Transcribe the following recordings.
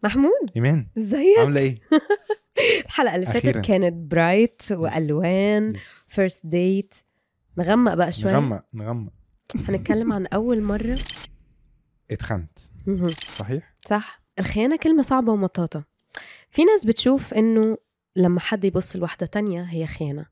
محمود إيمان ازيك؟ عاملة ايه؟ الحلقة اللي فاتت أخيراً. كانت برايت وألوان فيرست ديت. نغمق بقى شوية. نغمق هنتكلم عن أول مرة اتخنت. صحيح؟ صح. الخيانة كلمة صعبة ومطاطة. في ناس بتشوف إنه لما حد يبص لواحدة تانية هي خيانة،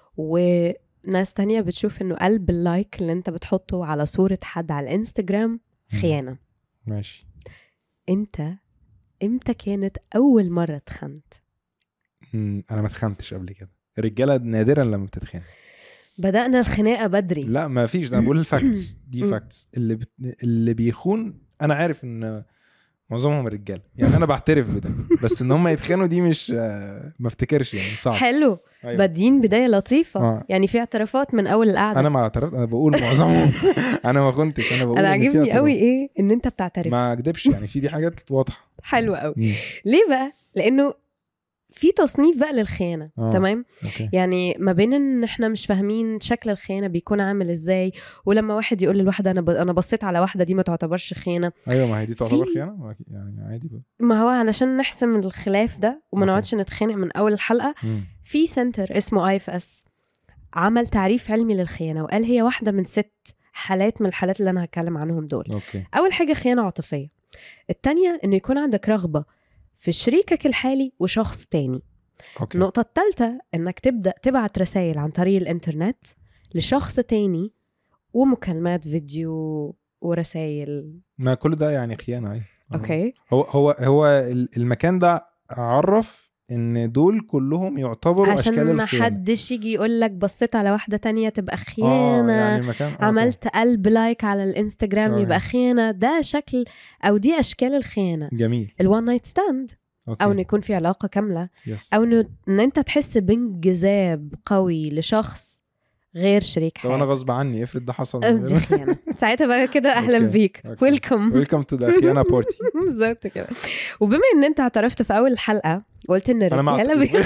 وناس تانية بتشوف إنه قلب اللايك اللي انت بتحطه على صورة حد على الانستجرام خيانة. ماشي. انت امتى كانت أول مرة اتخنت؟ أنا ما اتخنتش قبل كده. الرجالة نادرا لما بتتخان. بدأنا الخناقة بدري. لا ما فيش، أنا بقول الفاكتس دي فاكتس. اللي بيخون أنا عارف إن معظمهم الرجال، يعني أنا بعترف بده، بس إن هم يتخانوا دي مش ما افتكرش، يعني صعب. حلو. أيوة. بادين بداية لطيفة. يعني في اعترافات من أول القعدة. أنا ما اعترفت، أنا بقول معظمهم. أنا ما كنتش، أنا بقول أنا إن في عجبني اعتراف. قوي إيه إن أنت بتعترف. ما أكدبش، يعني في دي حاجات واضحة. حلو قوي. ليه بقى؟ لأنه في تصنيف بقى للخيانة. تمام. أوكي. يعني ما بين ان احنا مش فاهمين شكل الخيانة بيكون عامل ازاي، ولما واحد يقول للواحدة انا بصيت على واحدة، دي ما تعتبرش خيانة. ايوه، ما هي دي تعتبر خيانة يعني عادي بقى. ما هو علشان نحسم الخلاف ده وما نقعدش نتخانق من اول الحلقة. في سنتر اسمه IFS عمل تعريف علمي للخيانة، وقال هي واحدة من 6 حالات من الحالات اللي انا هتكلم عنهم دول. أوكي. اول حاجة خيانة عاطفية. التانية انه يكون عندك رغبة في شريكك الحالي وشخص تاني. أوكي. النقطة الثالثة إنك تبدأ تبعت رسائل عن طريق الإنترنت لشخص تاني، ومكالمات فيديو ورسائل. ما كل ده يعني خيانة. أي. أوكي. هو المكان ده عرف إن دول كلهم يعتبروا أشكال عشان الخيانة. ما حدش يجي يقول لك بصيت على واحدة تانية تبقى خيانة. يعني المكان عملت قلب لايك على الانستجرام يبقى أوكي. خيانة. ده شكل أو دي أشكال الخيانة. جميل. الوان نايت ستاند، أو إنه يكون في علاقة كاملة، أو إن أنت تحس بانجذاب قوي لشخص غير شريك حياتك. طب أنا غصب عني، افرض ده حصل. دي خيانة. ساعتها بقى كده أهلا بيك. ويلكم تو ذا خيانة بارتي. بالظبط كده. وبما إن أنت اعترفت في أول الحلقة قلت إن الرجالة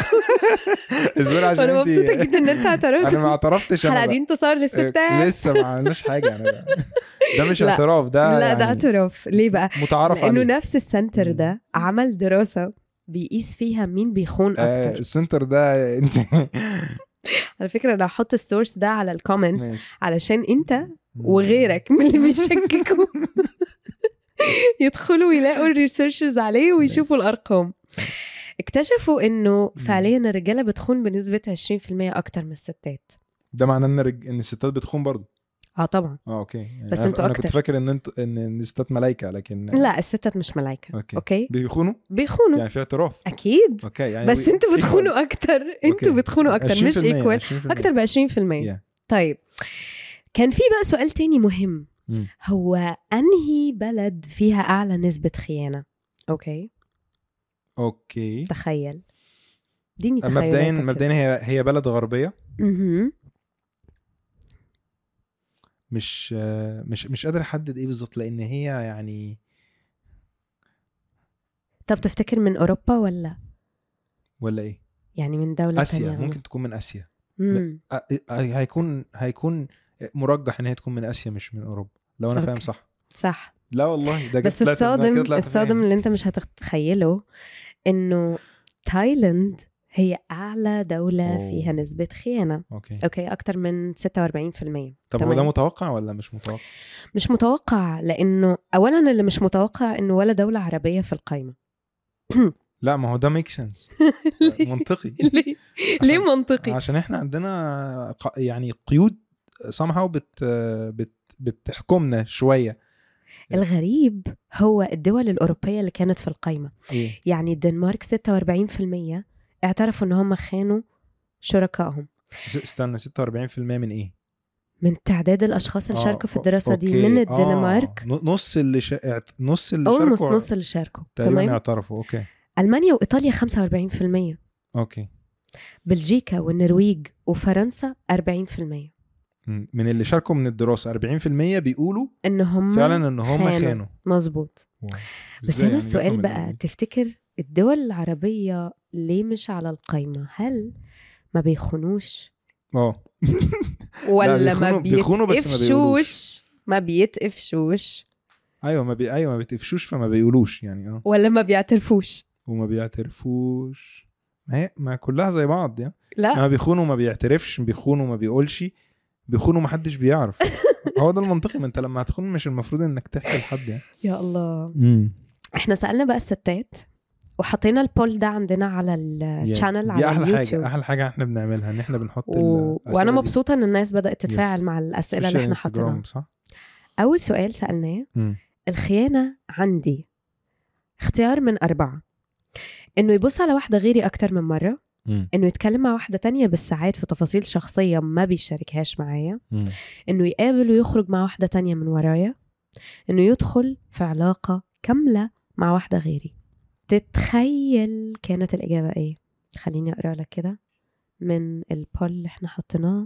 أنا مبسوطة جدا إن أنت اعترفت. أنا ما اعترفتش. الحلقة دي انتصار للستات. لسه ما عملناش حاجة. أنا ده مش اعتراف، ده لا يعني ده اعتراف. ليه بقى؟ متعارف عليه. لأنه نفس السنتر ده عمل دراسة بيقيس فيها مين بيخون أكتر. السنتر ده انت على فكرة أنا هحط السورس ده على الكومنتس علشان انت وغيرك من اللي بيشككوا يدخلوا ويلاقوا الريسيرشز عليه ويشوفوا الأرقام. اكتشفوا انه فعليا الرجالة بتخون بنسبة 20% اكتر من الستات. ده معناه ان الستات بتخون برضو؟ طبعا. اوكي. يعني بس انتوا انا اكتر. كنت فاكر ان الستات ملايكة، لكن لا الستات مش ملايكة. اوكي. بيخونوا يعني في اعتراف. اكيد. اوكي. يعني بس انتوا بتخونوا اكتر. انتوا بتخونوا اكتر، مش ايكوال. اكتر ب 20%. طيب كان في بقى سؤال تاني مهم. هو انهي بلد فيها اعلى نسبة خيانة؟ اوكي. تخيل. ديني تخيل. مبدئيا هي بلد غربية. مش قادر احدد ايه بالظبط، لان هي يعني. طب تفتكر من اوروبا ولا ايه؟ يعني من دولة اسيا تانية. ممكن تكون من اسيا. هيكون مرجح ان هي تكون من اسيا مش من اوروبا، لو انا فاهم صح. لا والله ده بس الصادم اللي انت مش هتتخيله انه تايلاند هي اعلى دولة فيها نسبة خيانة. اوكي اكتر من 46%. طب هو ده متوقع ولا مش متوقع؟ مش متوقع، لانه اولا اللي مش متوقع انه ولا دولة عربية في القائمة. لا ما هو ده ميك سنس. منطقي. ليه منطقي؟ عشان احنا عندنا يعني قيود somehow بتحكمنا شوية. الغريب هو الدول الأوروبية اللي كانت في القائمة. يعني الدنمارك 46% اعترفوا ان هم خانوا شركائهم. استنى، 46% من ايه؟ من تعداد الاشخاص اللي شاركوا في الدراسة دي من الدنمارك. نص اللي شاركوا. نص اللي شاركوا. تمام. اعترفوا. اوكي. ألمانيا وإيطاليا 45%. اوكي. بلجيكا والنرويج وفرنسا 40%. من اللي شاركوا من الدراسة 40% بيقولوا ان هم فعلا ان هم خانوا. مظبوط. بس هنا يعني السؤال بقى، تفتكر الدول العربية ليه مش على القائمة؟ هل ما بيخونوش ولا ما بيتقفشوش؟ ما بيتقفشوش. ايوه ما بيتقفشوش فما بيقولوش يعني ولا ما بيعترفوش وما بيعترفوش. ما كلها زي بعض يعني. لا ما بيخونوا ما بيعترفش، بيخونوا ما بيقولش، بيخونوا ما حدش بيعرف. هو ده المنطقي. ما انت لما هتخون مش المفروض انك تحكي لحد يعني. يا الله. احنا سألنا بقى الستات وحطينا البول ده عندنا على الشانل على اليوتيوب. احلى حاجه احنا بنعملها ان احنا بنحط وانا مبسوطه ان الناس بدات تتفاعل مع الاسئله اللي احنا حاطينها. اول سؤال سالناه الخيانه عندي اختيار من 4: انه يبص على واحده غيري اكتر من مره، انه يتكلم مع واحده تانية بالساعات في تفاصيل شخصيه ما بيشاركهاش معايا، انه يقابل ويخرج مع واحده تانية من ورايا، انه يدخل في علاقه كامله مع واحده غيري. تتخيل كانت الإجابة إيه؟ خليني أقرأ لك كده من البول اللي احنا حطيناه.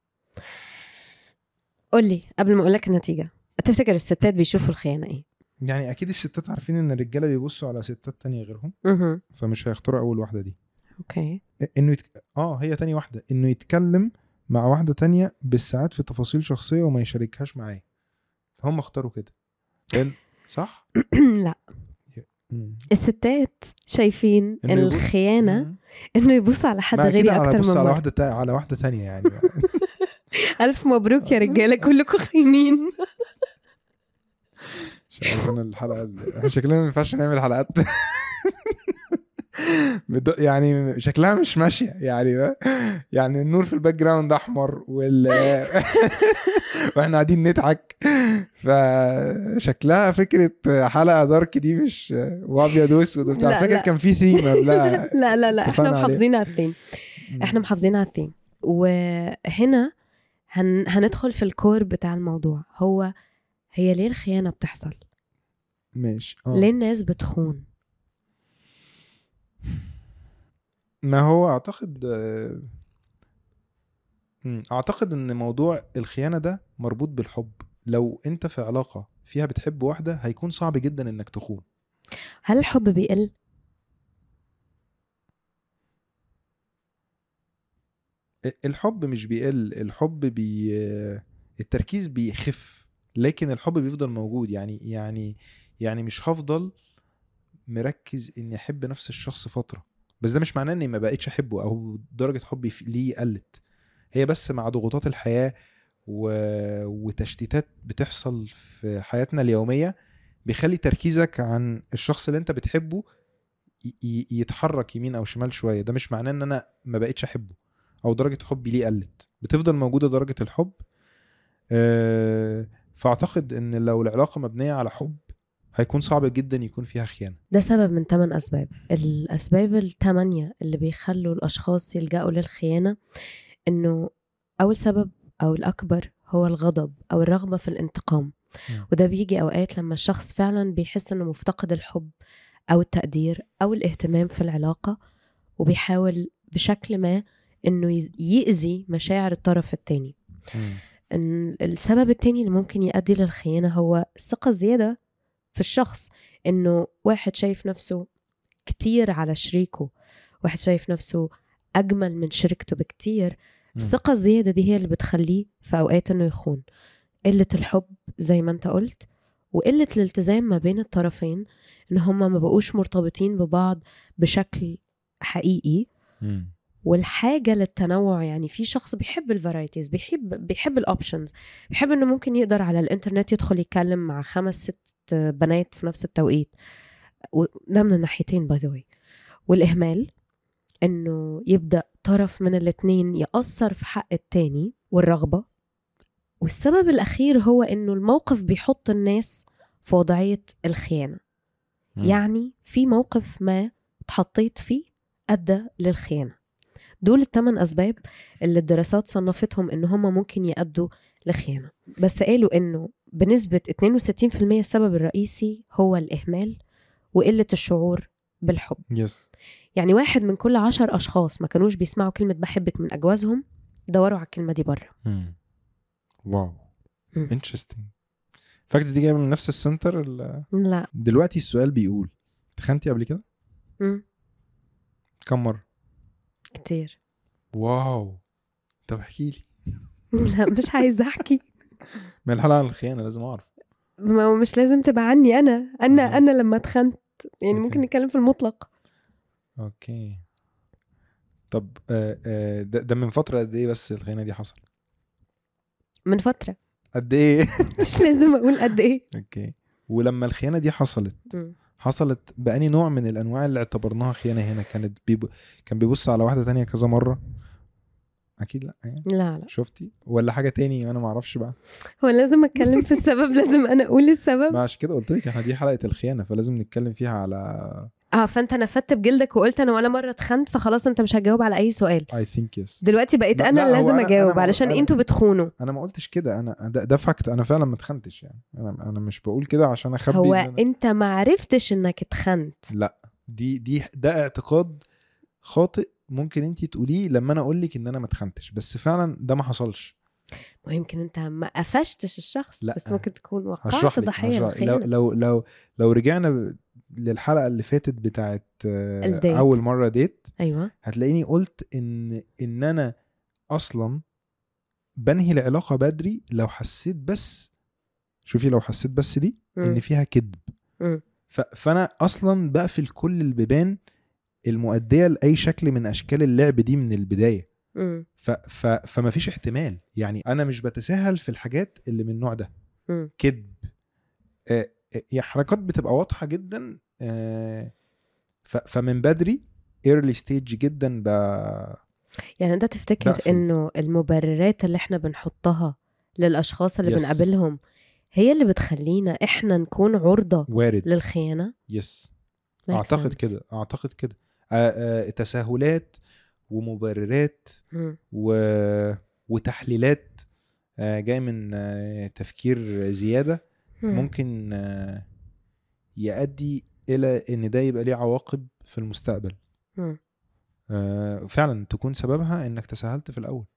قولي قبل ما أقولك النتيجة، تفتكر الستات بيشوفوا الخيانة إيه؟ يعني أكيد الستات عارفين إن الرجالة بيبصوا على ستات تانية غيرهم، فمش هيختاروا أول واحدة دي. أوكي. إنه هي تاني واحدة، إنه يتكلم مع واحدة تانية بالساعات في تفاصيل شخصية وما يشاركهاش معاه. هم اختاروا كده صح؟ لا، الستات شايفين الخيانة إنه يبص على حد غيري أكتر من مرة. على واحدة تانية يعني. ألف مبروك يا رجالة، كلكم خاينين. شايفين الحلقة شكلنا ما ينفعش نعمل حلقات يعني شكلها مش ماشية يعني النور في الباك جراوند أحمر واحنا قاعدين نضحك، فشكلها فكرة حلقة دارك دي مش وابيض واسود. على فكرة كان في ثيم قبلها. لا احنا محافظين على الثيم. احنا محافظين على الثيم. وهنا هندخل في الكور بتاع الموضوع. هي ليه الخيانة بتحصل؟ ماشي. ليه الناس بتخون؟ ما هو اعتقد ان موضوع الخيانة ده مربوط بالحب. لو انت في علاقة فيها بتحب واحدة هيكون صعب جدا انك تخون. هل الحب بيقل؟ الحب مش بيقل، الحب التركيز بيخف، لكن الحب بيفضل موجود. يعني مش هفضل مركز اني احب نفس الشخص فترة، بس ده مش معناه اني ما بقيتش احبه او درجة حبي ليه قلت. هي بس مع ضغوطات الحياة وتشتيتات بتحصل في حياتنا اليومية بيخلي تركيزك عن الشخص اللي انت بتحبه يتحرك يمين او شمال شوية. ده مش معناه ان انا ما بقيتش احبه او درجة حبي ليه قلت، بتفضل موجودة درجة الحب. فاعتقد ان لو العلاقة مبنية على حب هيكون صعب جدا يكون فيها خيانة. ده سبب من 8 أسباب. الأسباب 8 اللي بيخلوا الأشخاص يلجأوا للخيانة، إنه أول سبب أو الأكبر هو الغضب أو الرغبة في الانتقام. وده بيجي أوقات لما الشخص فعلا بيحس إنه مفتقد الحب أو التقدير أو الاهتمام في العلاقة، وبيحاول بشكل ما إنه يأذي مشاعر الطرف التاني. السبب التاني اللي ممكن يؤدي للخيانة هو الثقة الزيادة في الشخص. إنه واحد شايف نفسه كتير على شريكه، واحد شايف نفسه أجمل من شريكته بكتير. الثقة الزيادة دي هي اللي بتخليه في أوقات إنه يخون. قلة الحب زي ما أنت قلت، وقلة الالتزام ما بين الطرفين، إن هما ما بقوش مرتبطين ببعض بشكل حقيقي. والحاجة للتنوع، يعني في شخص بيحب الفرايتيز، بيحب الأوبشنز، بيحب إنه ممكن يقدر على الإنترنت يدخل يتكلم مع 5-6 بنات في نفس التوقيت، وده من الناحيتين by the way. والإهمال، إنه يبدأ طرف من الاتنين يأثر في حق التاني، والرغبة. والسبب الأخير هو إنه الموقف بيحط الناس في وضعية الخيانة. يعني في موقف ما تحطيت فيه أدى للخيانة. دول 8 أسباب اللي الدراسات صنفتهم إنه هم ممكن يؤدوا لخيانة. بس قالوا إنه بنسبة 62% السبب الرئيسي هو الإهمال وقلة الشعور بالحب. يعني 1 من كل 10 أشخاص ما كانوش بيسمعوا كلمة بحبك من أجوازهم دوروا على الكلمة دي برا. واو interesting. فاكتس دي جاية من نفس السنتر لا. دلوقتي السؤال بيقول تخنتي قبل كده؟ كم مرة؟ كتير. واو. طب احكي لي. لا مش عايزة احكي. ما الحلقة عن الخيانة لازم اعرف. ما هو مش لازم تبقى عني انا لما اتخنت يعني أوكي. ممكن نتكلم في المطلق. اوكي. طب ده من فتره قد ايه بس الخيانه دي حصلت؟ من فتره. قد ايه؟ مش لازم اقول قد ايه. اوكي. ولما الخيانه دي حصلت بأني نوع من الانواع اللي اعتبرناها خيانه هنا؟ كان بيبص على واحده تانية كذا مره؟ اكيد لا يعني. لا شفتي ولا حاجه تاني وانا ما اعرفش بقى؟ هو لازم اتكلم في السبب؟ لازم انا اقول السبب؟ ما عشان كده قلت لك احنا دي حلقه الخيانه فلازم نتكلم فيها على فانت نفدت بجلدك وقلت انا ولا مره اتخنت فخلاص انت مش هتجاوب على اي سؤال. I think yes. دلوقتي بقيت لا، انا لا، اللي هو لازم اجاوب أنا علشان انتوا بتخونوا. انا ما قلتش كده. انا ده فاكت. انا فعلا ما اتخنتش يعني. انا مش بقول كده عشان اخبي. هو انت ما عرفتش انك اتخنت. لا ده اعتقاد خاطئ ممكن انتي تقوليه لما انا اقول لك ان انا ما اتخنتش، بس فعلا ده ما حصلش. ويمكن انت ما قفشتش الشخص. لا. بس ممكن تكون وقعت هشرح ضحيه لو الخيانه. لو رجعنا للحلقه اللي فاتت بتاعت الديت. اول مره ديت، ايوه هتلاقيني قلت ان انا اصلا بنهي العلاقه بدري لو حسيت بس، شوفي لو حسيت بس دي ان فيها كذب. فانا اصلا بقفل كل البيبان المؤديه لاي شكل من اشكال اللعب دي من البدايه. فما فيش احتمال يعني. انا مش بتساهل في الحاجات اللي من النوع ده. كذب يعني حركات بتبقى واضحه جدا. فمن بدري early stage جدا يعني انت تفتكر بقفل. انه المبررات اللي احنا بنحطها للاشخاص اللي Yes. بنقابلهم هي اللي بتخلينا احنا نكون عرضة وارد. للخيانة؟ يس. Makes اعتقد sense. كده تساهلات ومبررات وتحليلات جاي من تفكير زيادة ممكن يؤدي الى ان ده يبقى ليه عواقب في المستقبل. فعلا تكون سببها انك تساهلت في الاول.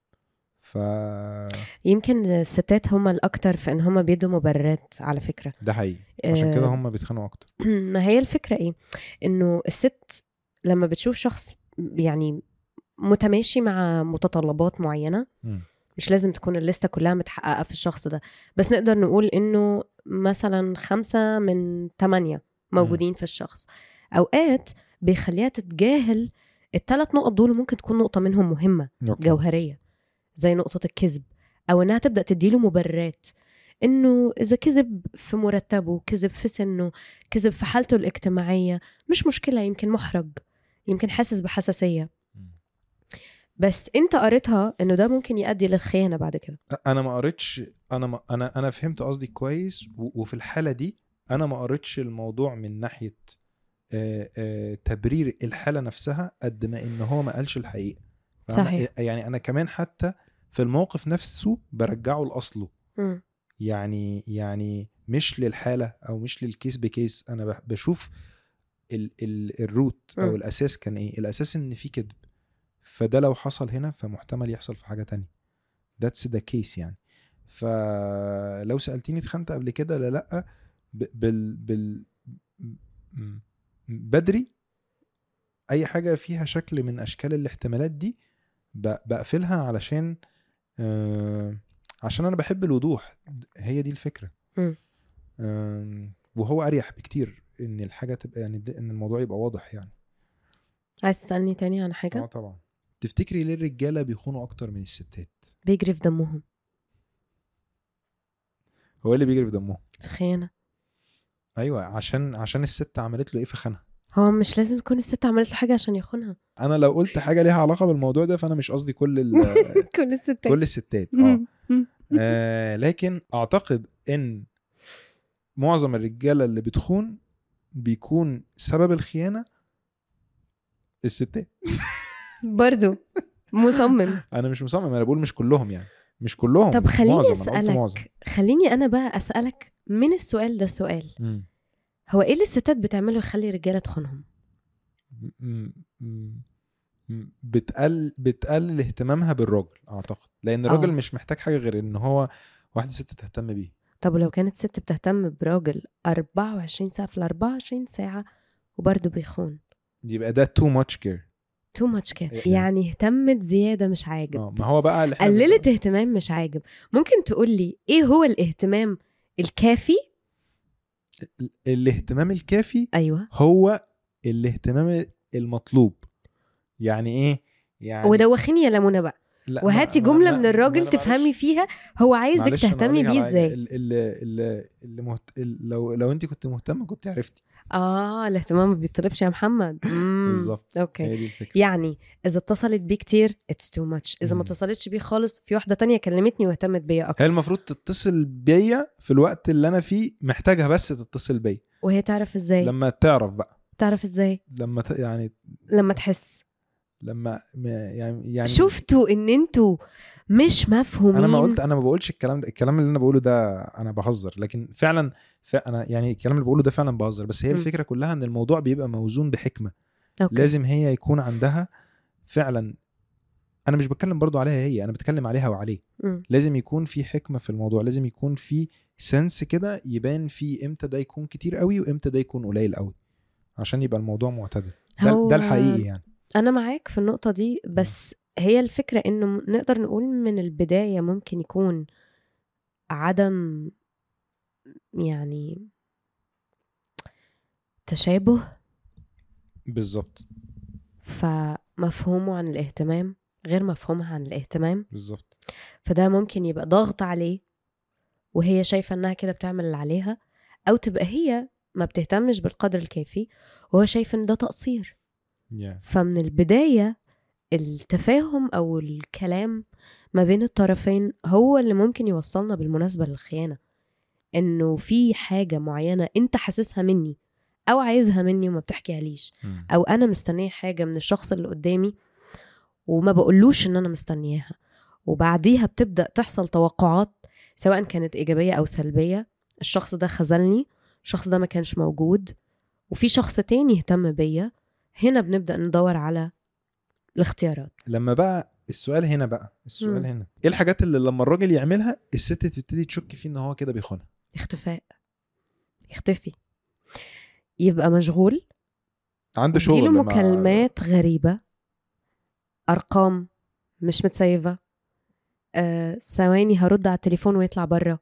يمكن الستات هم الاكتر في ان هم بيدوا مبررات على فكرة. ده حقيقي. عشان كده هم بيتخانقوا اكتر. ما هي الفكرة ايه؟ انه الست لما بتشوف شخص يعني متماشي مع متطلبات معينة، مش لازم تكون الليستة كلها متحققة في الشخص ده، بس نقدر نقول انه مثلا 5 من 8 موجودين في الشخص. اوقات بيخليها تتجاهل ال3 نقط دول، ممكن تكون نقطة منهم مهمة جوهرية زي نقطة الكذب، او انها تبدأ تديله مبررات انه اذا كذب في مرتبه، كذب في سنه، كذب في حالته الاجتماعية، مش مشكلة، يمكن محرج، يمكن حاسس بحساسية، بس انت قريتها انه ده ممكن يؤدي للخيانة بعد كده. انا ما قريتش. انا فهمت قصدي كويس. وفي الحالة دي انا ما قريتش الموضوع من ناحية تبرير الحالة نفسها قد ما ان هو ما قالش الحقيقة. صحيح. يعني انا كمان حتى في الموقف نفسه برجعه لأصله. يعني مش للحالة او مش للكيس بكيس. انا بشوف الروت او الاساس كان ايه. الاساس ان في كذب، فده لو حصل هنا فمحتمل يحصل في حاجة تانية. that's the case يعني. فلو سألتيني اتخنت قبل كده لا بدري اي حاجة فيها شكل من اشكال الاحتمالات دي بقفلها عشان انا بحب الوضوح. هي دي الفكرة. وهو اريح بكتير ان الحاجة تبقى يعني ان الموضوع يبقى واضح يعني. عايز تسألني تاني عن حاجة؟ طبعا. تفتكري ليه الرجالة بيخونوا اكتر من الستات؟ بيجري في دمهم. هو اللي بيجري في دمهم الخيانة. ايوه. عشان الست عملت له ايه فخانها. هو مش لازم تكون الست عملت له حاجة عشان يخونها. انا لو قلت حاجة ليها علاقة بالموضوع ده فانا مش قصدي كل كل الستات لكن اعتقد ان معظم الرجالة اللي بتخون بيكون سبب الخيانة الستات. برضو مصمم. انا مش مصمم. انا بقول مش كلهم يعني. مش كلهم. طب خليني معظم. أسألك. خليني أنا بقى أسألك من السؤال ده سؤال. هو إيه اللي الستات بتعمله يخلي رجالة تخونهم؟ بتقلل اهتمامها بالراجل اعتقد. لان الراجل مش محتاج حاجة غير ان هو واحدة ست تهتم بيه. طب ولو كانت ست بتهتم براجل 24 ساعة في 24 ساعة وبرضه بيخون، يبقى ده too much care. too much care. يعني اهتمت زيادة مش عاجب. ما هو بقى قللت اهتمام مش عاجب. ممكن تقول لي ايه هو الاهتمام الكافي الاهتمام الكافي ايوه هو الاهتمام المطلوب. يعني ايه؟ يعني ودوخيني يا لمونة بقى، لا وهاتي جملة من الراجل تفهمي فيها هو عايزك معلش، أنا تهتمي أقولك على بيه حاجة. ازاي. لو انت كنت مهتمه كنت عرفتي. الاهتمام ما بيطلبش يا محمد. بالظبط، اوكي. هي دي الفكره. يعني اذا اتصلت بيه كتير it's too much، اذا ما اتصلتش بيه خالص في واحدة تانية كلمتني واهتمت بيا اكتر. هي المفروض تتصل بيا في الوقت اللي انا فيه محتاجها بس تتصل بيا. وهي تعرف ازاي؟ لما تعرف بقى. تعرف ازاي؟ يعني لما تحس. يعني شفتوا ان انتوا مش مفهومين. انا ما بقولش الكلام ده، الكلام اللي انا بقوله ده انا بهزر، لكن فعلا انا يعني الكلام اللي بقوله ده فعلا بهزر، بس هي الفكره كلها ان الموضوع بيبقى موزون بحكمه. أوكي. لازم هي يكون عندها فعلا، انا مش بتكلم برضو عليها هي، انا بتكلم عليها وعليه. لازم يكون في حكمه في الموضوع، لازم يكون في سنس كده يبان فيه امتى ده يكون كتير قوي وامتى ده يكون قليل قوي، عشان يبقى الموضوع معتدل. ده الحقيقي يعني. انا معاك في النقطه دي، بس هي الفكره انه نقدر نقول من البدايه ممكن يكون عدم يعني تشابه. بالظبط. فمفهومه عن الاهتمام غير مفهومها عن الاهتمام. بالظبط. فده ممكن يبقى ضغط عليه وهي شايفة انها كده بتعمل اللي عليها، او تبقى هي ما بتهتمش بالقدر الكافي وهو شايف ان ده تقصير. فمن البداية التفاهم او الكلام ما بين الطرفين هو اللي ممكن يوصلنا بالمناسبة للخيانة. انه في حاجة معينة انت حاسسها مني او عايزها مني وما بتحكيها ليش، او انا مستنية حاجة من الشخص اللي قدامي وما بقولوش ان انا مستنياها، وبعديها بتبدأ تحصل توقعات سواء كانت ايجابية او سلبية. الشخص ده خذلني، الشخص ده ما كانش موجود، وفي شخص تاني يهتم بيا. هنا بنبدأ ندور على الاختيارات. لما بقى السؤال هنا هنا ايه الحاجات اللي لما الراجل يعملها الست تبتدي تشك فيه ان هو كده بيخونها؟ اختفاء، يختفي، يبقى مشغول، عنده شغل، يجيله مكالمات غريبة، أرقام مش متسيفة، ثواني هرد على التليفون ويطلع برا،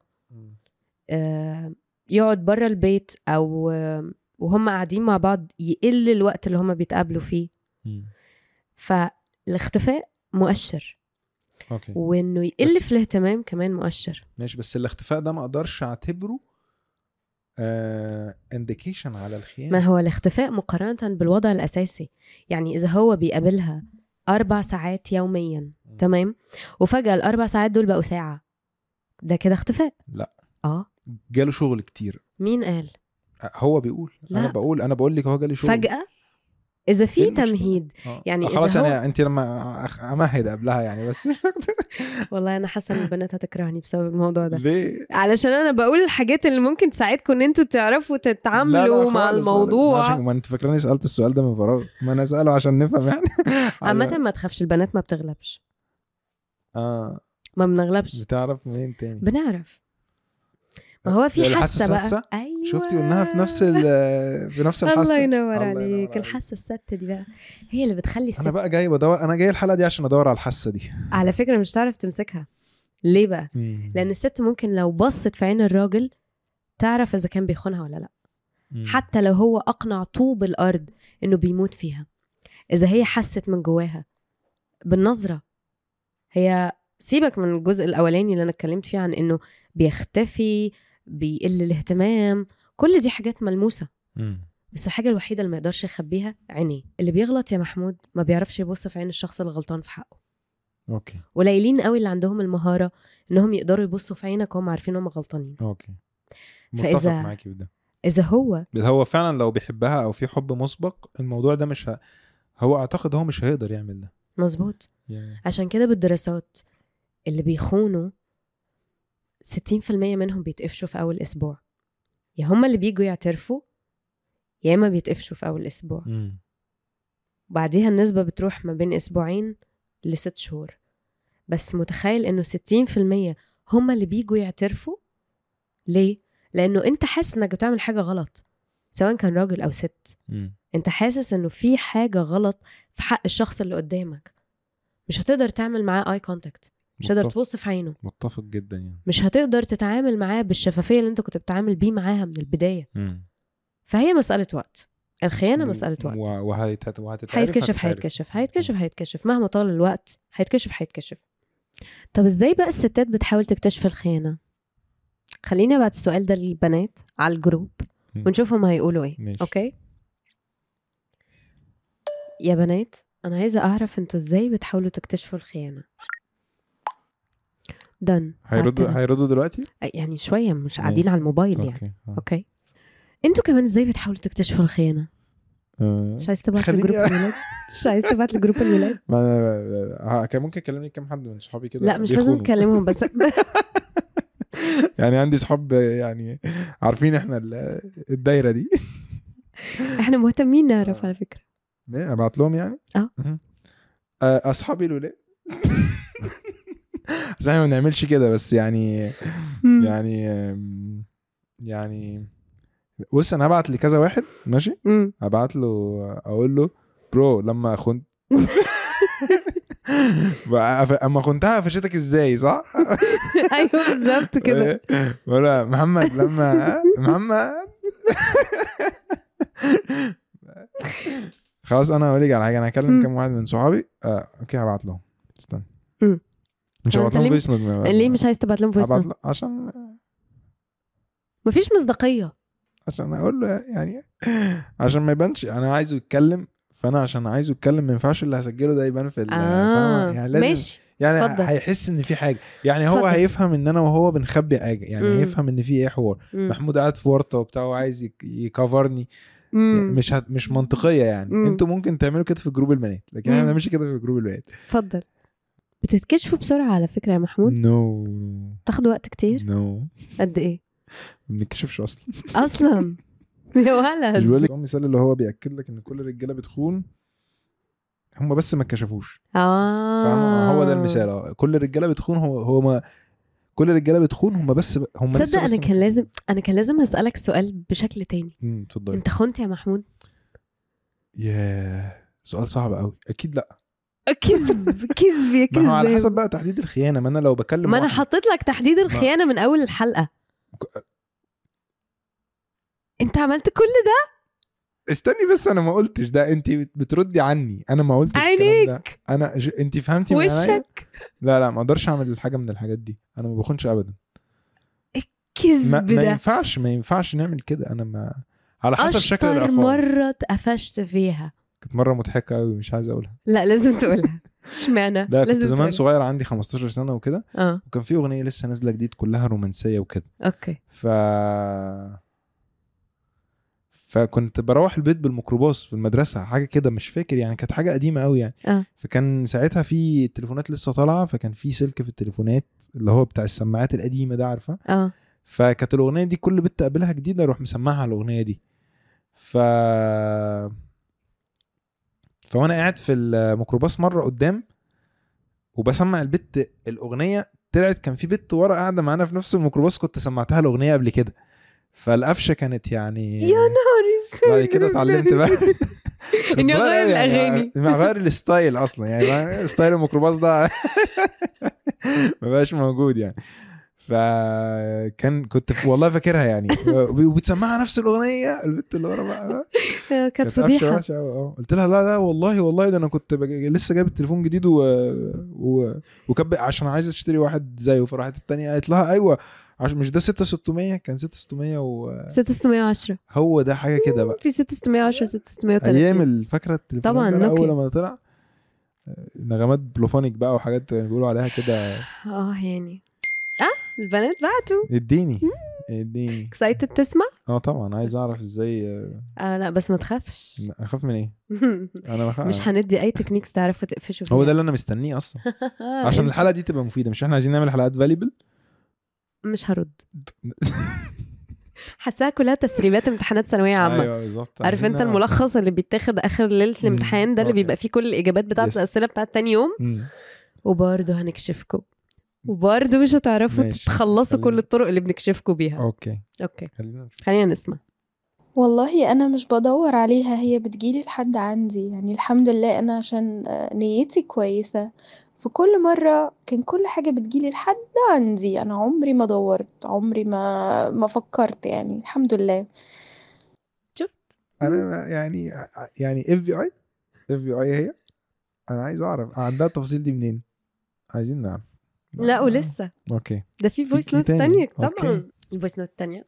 يقعد برا البيت أو وهم قاعدين مع بعض يقل الوقت اللي هم بيتقابلوا فيه. فالاختفاء مؤشر. أوكي. وإنه يقل في الاهتمام كمان مؤشر. ماشي، بس الاختفاء ده ما أقدرش أعتبره انديكيشن على الخيانة. ما هو الاختفاء مقارنة بالوضع الأساسي. يعني إذا هو بيقابلها 4 ساعات يوميا تمام، وفجأة ال4 ساعات دول بقوا ساعة، ده كده اختفاء؟ لا. جاله شغل كتير. مين قال؟ هو بيقول. لا. انا بقول لك هو جالي شغل فجأة إذا في تمهيد. يعني خلاص إذا انت لما امهد قبلها يعني، بس مش اكتر. والله انا حاسه ان البنات هتكرهني بسبب الموضوع ده. ليه؟ علشان انا بقول الحاجات اللي ممكن تساعدكم ان انتوا تعرفوا تتعاملوا مع الموضوع. ما انت فاكراني سألت السؤال ده من فراغ؟ ما انا اساله عشان نفهم يعني. عامه ما تخافش، البنات ما بتغلبش. ما بنغلبش. بتعرف منين تاني؟ بنعرف. ما هو في حاسه بقى. أيوة. شفتي قلناها في نفس الحاسه. الله ينور عليك. الحاسه السادسه دي بقى هي اللي بتخلي انا بقى جاي بدور، انا جاي الحلقه دي عشان ادور على الحاسه دي. على فكره مش تعرف تمسكها. ليه بقى؟ لان الست ممكن لو بصت في عين الراجل تعرف اذا كان بيخونها ولا لا. حتى لو هو اقنع طوب الارض انه بيموت فيها، اذا هي حست من جواها بالنظره. هي سيبك من الجزء الاولاني اللي انا اتكلمت فيه عن انه بيختفي، بيقل الاهتمام، كل دي حاجات ملموسة. بس الحاجة الوحيدة اللي ما يقدرش يخبيها عينيه. اللي بيغلط يا محمود ما بيعرفش يبص في عين الشخص اللي غلطان في حقه. اوكي. قليلين قوي اللي عندهم المهارة انهم يقدروا يبصوا في عينك وهم عارفين انهم غلطانين. اوكي. متفق معاكي بده. اذا هو فعلا لو بيحبها او في حب مسبق، الموضوع ده مش هو اعتقد هو مش هيقدر يعمل ده. مظبوط. عشان كده بالدراسات اللي بيخونوا 60% منهم بيتقفشوا في أول أسبوع. يا هم اللي بيجوا يعترفوا يا إما بيتقفشوا في أول أسبوع. بعديها النسبة بتروح ما بين 2 ل6 شهور. بس متخيل إنه 60% هم اللي بيجوا يعترفوا. ليه؟ لأنه أنت حاسس إنك بتعمل حاجة غلط، سواء كان راجل أو ست. أنت حاسس إنه في حاجة غلط في حق الشخص اللي قدامك، مش هتقدر تعمل معاه آي كونتاكت. مش هتقدر تبص في عينه. متفق جدا يعني. مش هتقدر تتعامل معاه بالشفافية اللي انت كنت بتعامل بيه معاها من البداية. فهي مسألة وقت. الخيانة مسألة وقت. هيتكشف مهما طال الوقت. هيتكشف. طب ازاي بقى الستات بتحاول تكتشف الخيانة؟ خليني ابعت السؤال ده للبنات على الجروب ونشوفهم هيقولوا ايه. ماشي. اوكي يا بنات، انا عايزة اعرف انتوا ازاي بتحاولوا تكتشفوا الخيانة. دن هيردوا دلوقتي يعني شوية، مش قاعدين على الموبايل يعني. اوكي انتوا كمان ازاي بتحاولوا تكتشفوا الخيانة؟ مش عايز تبعت لجروب الولاد؟ مش عايز تبعت لجروب الولاد؟ كان ممكن كلمني كام حد من صحابي كده. لا مش لازم تكلمهم بس يعني عندي صحاب يعني عارفين احنا الدايرة دي. احنا مهتمين نعرف على فكرة. ابعت لهم يعني اصحابي الولاد. بس احنا ما بنعملش كده، بس يعني يعني بص انا هبعت لكذا واحد ماشي. هبعت له اقول له برو لما خنت اما خنتها فشتك ازاي صح. ايوه بالظبط كده. ولا محمد لما محمد. خلاص انا هقول لك على حاجه. انا هكلم كام واحد من صحابي. اوكي هبعت لهم. استنى مش هبعت لهم فويس نوت. ليه مش عايز تبعت لهم فويس نوت؟ عشان مفيش مصداقيه. عشان اقول له يعني عشان ما يبانش انا عايزه يتكلم. فانا عشان عايزه يتكلم ما ينفعش اللي هسجله ده يبان في يعني لازم ماشي. يعني فضل. هيحس ان في حاجه يعني. هو هيفهم ان انا وهو بنخبي حاجه يعني. هيفهم ان في ايه حوار. محمود قاعد في ورطه وبتاع وعايز يكفرني. يعني مش منطقيه يعني. انتوا ممكن تعملوا كده في جروب البنات لكن احنا ما بنعملش كده في جروب الولاد. اتفضل. بتتكشفوا بسرعه على فكره يا محمود؟ تاخدوا وقت كتير؟ قد ايه؟ ما بنكشفش اصلا يا ولد. مش بقول لك مثال اللي هو بياكد لك ان كل الرجاله بتخون هم بس ما اتكشفوش. هو ده المثال. كل الرجاله بتخون هو ما كل الرجاله بتخون هم بس تصدق انا كان لازم اسالك سؤال بشكل تاني. اتفضل. انت خنت يا محمود؟ سؤال صعب قوي. اكيد لا. كذب يا كذب. على حسب بقى تحديد الخيانه. ما انا لو بكلم ما انا حطيت لك تحديد الخيانه من اول الحلقه. انت عملت كل ده؟ استني بس انا ما قلتش ده. انت بتردي عني. انا ما قلتش الكلام ده. انا انت فهمتي من وشك. لا ما اقدرش اعمل حاجه من الحاجات دي. انا ما بخونش ابدا. الكذب ده ما ينفعش نعمل كده. انا ما على حسب شكل العقاب. العقاب. مره اتقفشت فيها كانت مره مضحكه قوي مش عايز اقولها. لا لازم تقولها. اشمعنى؟ لا كنت زمان صغير عندي 15 سنه وكده. وكان في اغنيه لسه نازله جديد كلها رومانسيه وكده. اوكي. فكنت بروح البيت بالميكروباص في المدرسه حاجه كده مش فاكر يعني. كانت حاجه قديمه قوي يعني. فكان ساعتها في التليفونات لسه طالعه. فكان في سلك في التليفونات اللي هو بتاع السماعات القديمه ده عارفه. فكانت الاغنيه دي كل بنت اقابلها جديده اروح مسمعها الاغنيه دي. فوانا قاعد في الميكروباص مره قدام وبسمع البت الاغنيه طلعت كان في بنت ورا قاعده معانا في نفس الميكروباص كنت سمعتها الاغنيه قبل كده. فالقفشه كانت يعني يا نهار بعد كده اتعلمت بقى اني اغير الاغاني. اغير الستايل اصلا يعني. ستايل الميكروباص ده ما بقاش موجود يعني. كنت والله فاكرها يعني. وبتسمعها نفس الاغنيه البنت اللي ورا بقى. كانت فضيحه. قلت لها لا والله ده انا كنت لسه جايب التليفون جديد وكب عشان عايزه تشتري واحد زيه. فراحت الثانيه قالت لها ايوه مش ده 6600 كان 610 هو ده حاجه كده بقى. في 610 630 ايام فاكره التليفون طبعا ده اول ما طلع نغمات بلوفونيك بقى وحاجات بيقولوا عليها كده. يعني البنات بعتوا. اديني اكسايتد تسمع. طبعا عايز اعرف ازاي. لا بس ما تخافش. اخاف من ايه؟ انا مش هندي اي تكنيكس تعرفوا تقفشوا فيها. هو ده اللي انا مستنيه اصلا عشان الحلقه دي تبقى مفيده. مش احنا عايزين نعمل حلقات فاليبل؟ مش هرد. حاساها كلها تسريبات امتحانات ثانويه عامه. ايوه بالظبط. عارف انت الملخص اللي بيتاخد اخر ليله الامتحان ده اللي بيبقى فيه كل الاجابات بتاعه الاسئله بتاعه تاني يوم. وبرضه هنكشفكم وبرضه مش هتعرفوا تخلصوا كل الطرق اللي بنكشفكم بيها. اوكي خلينا نسمع. والله انا مش بدور عليها، هي بتجيلي لحد عندي يعني. الحمد لله انا عشان نيتي كويسة في كل مرة كان كل حاجة بتجيلي لحد عندي، أنا عمري ما دورت، عمري ما فكرت، يعني الحمد لله. شفت؟ انا يعني FBI هي، انا عايز اعرف عندها التفاصيل دي منين، عايزين نعرف. لا ولسه اوكي ده في فويس في نوتس تاني؟ تانية أوكي. طبعا. الفويس نوت التانية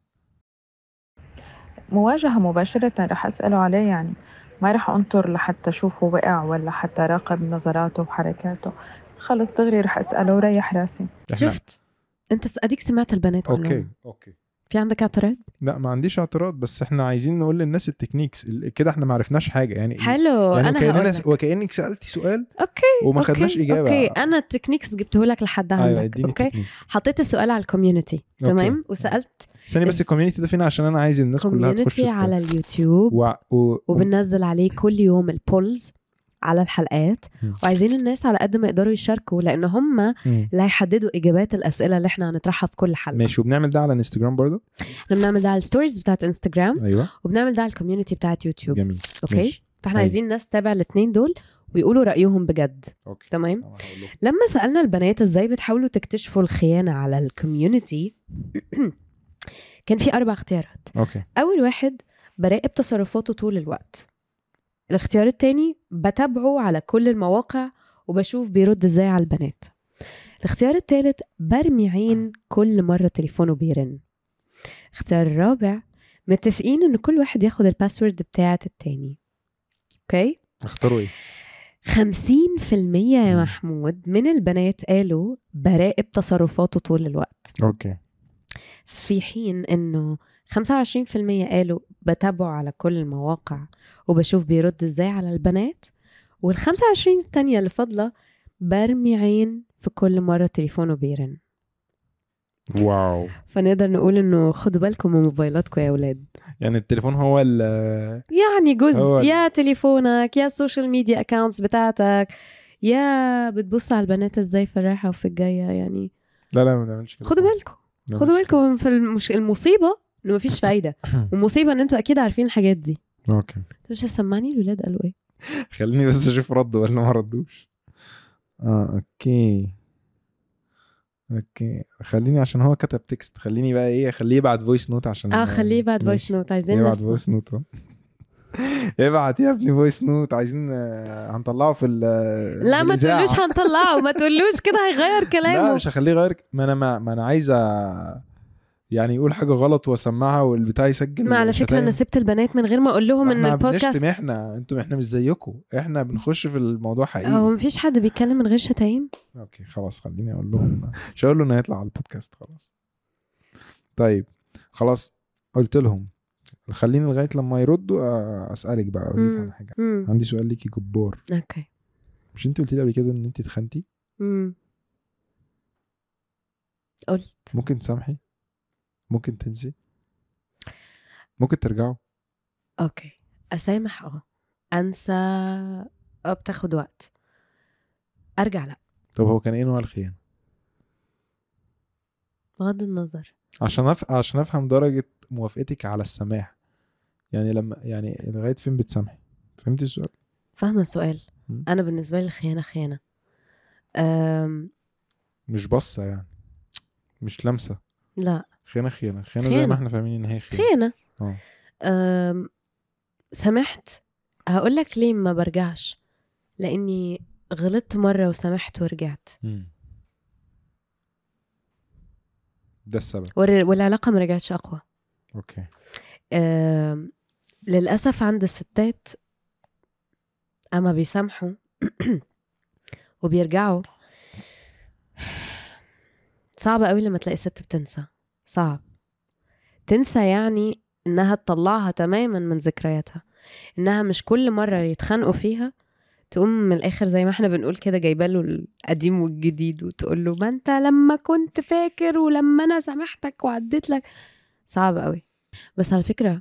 مواجهة مباشرة رح أسأله عليه، يعني ما رح أنطر لحتى أشوفه وقع ولا حتى راقب نظراته وحركاته، خلص دغري رح أسأله وريح راسي. شفت انت اديك سمعت البنات كلهم. اوكي في عندك اعتراض؟ لا ما عنديش اعتراض، بس احنا عايزين نقول للناس التكنيكس كده، احنا ما عرفناش حاجه يعني. حلو يعني انا هقول لك. وكأنك سألتي سؤال اوكي وما أوكي، خدناش اجابه. اوكي انا التكنيكس جبته لك لحد عندك. ايوه اديني اوكي التكنيك. حطيت السؤال على الكوميونتي تمام أوكي. وسالت ثانيه بس، الكوميونتي ده فين؟ عشان انا عايز الناس كلها تخش كوميونتي على اليوتيوب وبننزل عليه كل يوم البولز على الحلقات، وعايزين الناس على قد ما يقدروا يشاركوا، لان هم اللي هيحددوا اجابات الاسئله اللي احنا هنطرحها في كل حلقه. ماشي. وبنعمل ده على انستجرام برضو؟ احنا بنعمل ده على الستوريز بتاعت انستجرام. ايوه. وبنعمل ده على الكوميونتي بتاعت يوتيوب. جميل. اوكي ماشي. فاحنا عايزين الناس تتابع الاثنين دول ويقولوا رايهم بجد. أوكي. تمام. لما سالنا البنات ازاي بتحاولوا تكتشفوا الخيانه على الكوميونتي كان في 4 اختيارات. اوكي. اول واحد براقب تصرفاته طول الوقت. الاختيار التاني بتابعه على كل المواقع وبشوف بيرد ازاي على البنات. الاختيار التالت برمي عين كل مرة تليفونه بيرن. الاختيار الرابع متفقين ان كل واحد ياخد الباسورد بتاعة التاني. اوكي اختاروا ايه؟ 50% يا محمود من البنات قالوا براقب تصرفاته طول الوقت. اوكي. في حين انه 25% قالوا بتابعه على كل المواقع وبشوف بيرد ازاي على البنات، وال25 التانية اللي فاضلة برمي عين في كل مرة تليفونه بيرن. واو. فنقدر نقول انه خدوا بالكم من موبايلاتكم يا اولاد. يعني التليفون هو يعني جزء يا تليفونك يا السوشيال ميديا اكاونتس بتاعتك يا بتبص على البنات ازاي في الرايحة وفي الجاية. يعني لا ما نعملش كده. خدوا بالكم في المصيبة انه مفيش فايدة، والمصيبة ان انتوا اكيد عارفين الحاجات دي. اوكي. مش هسمعني الولاد قالوا ايه؟ خليني بس اشوف ردوا ولا ما ردوش. اوكي خليني، عشان هو كتب تكست، خليني بقى ايه، خليه يبعت فويس نوت عشان خليه يبعت فويس نوت. عايزين يبعت نسمع. فويس نوت. ابعت يا ابني فويس نوت، عايزين هنطلعه في لا ما تقولوش هنطلعه، ما تقولوش كده هيغير كلامه. لا مش هخليه يغير، ما انا عايزه يعني يقول حاجه غلط واسمعها والبتاع يسجل. ما على فكره انا سبت البنات من غير ما اقول لهم ان البودكاست احنا مش زيكم، احنا بنخش في الموضوع حقيقي. هو مفيش حد بيتكلم من غير شتايم. اوكي خلاص خليني اقول لهم، مش هقول له انه يطلع على البودكاست خلاص. طيب خلاص قلت لهم، خليني لغايه لما يردوا اسالك بقى، اقول لك على حاجه. عندي سؤال ليكي جبار. اوكي. مش انت قلتي لي قبل كده ان انت اتخنتي؟ قلت. ممكن تسامحي، ممكن تنسي، ممكن ترجعوا. اوكي اسامح انسى بتاخد وقت، ارجع لا. طب هو كان ايه نوع الخيانه؟ بغض النظر عشان افهم درجه موافقتك على السماح، يعني لما يعني لغايه فين بتسامحي؟ فهمتي السؤال؟ فاهمه السؤال. انا بالنسبه لي الخيانه خيانه، مش بصه يعني، مش لمسه. لا خيانه زي ما احنا فاهمين ان هي خيانه. سامحت. هقول لك ليه ما برجعش، لاني غلطت مره وسامحت ورجعت. ده السبب، والعلاقه ما رجعتش اقوى. اوكي. للاسف عند الستات اما بيسامحوا وبيرجعوا صعب قوي لما تلاقي ست بتنسى. صعب تنسى، يعني انها تطلعها تماما من ذكرياتها، انها مش كل مرة يتخانقوا فيها تقوم من الاخر زي ما احنا بنقول كده جايباله القديم والجديد وتقول له ما انت لما كنت فاكر ولما انا سامحتك وعديت لك. صعب قوي. بس على فكرة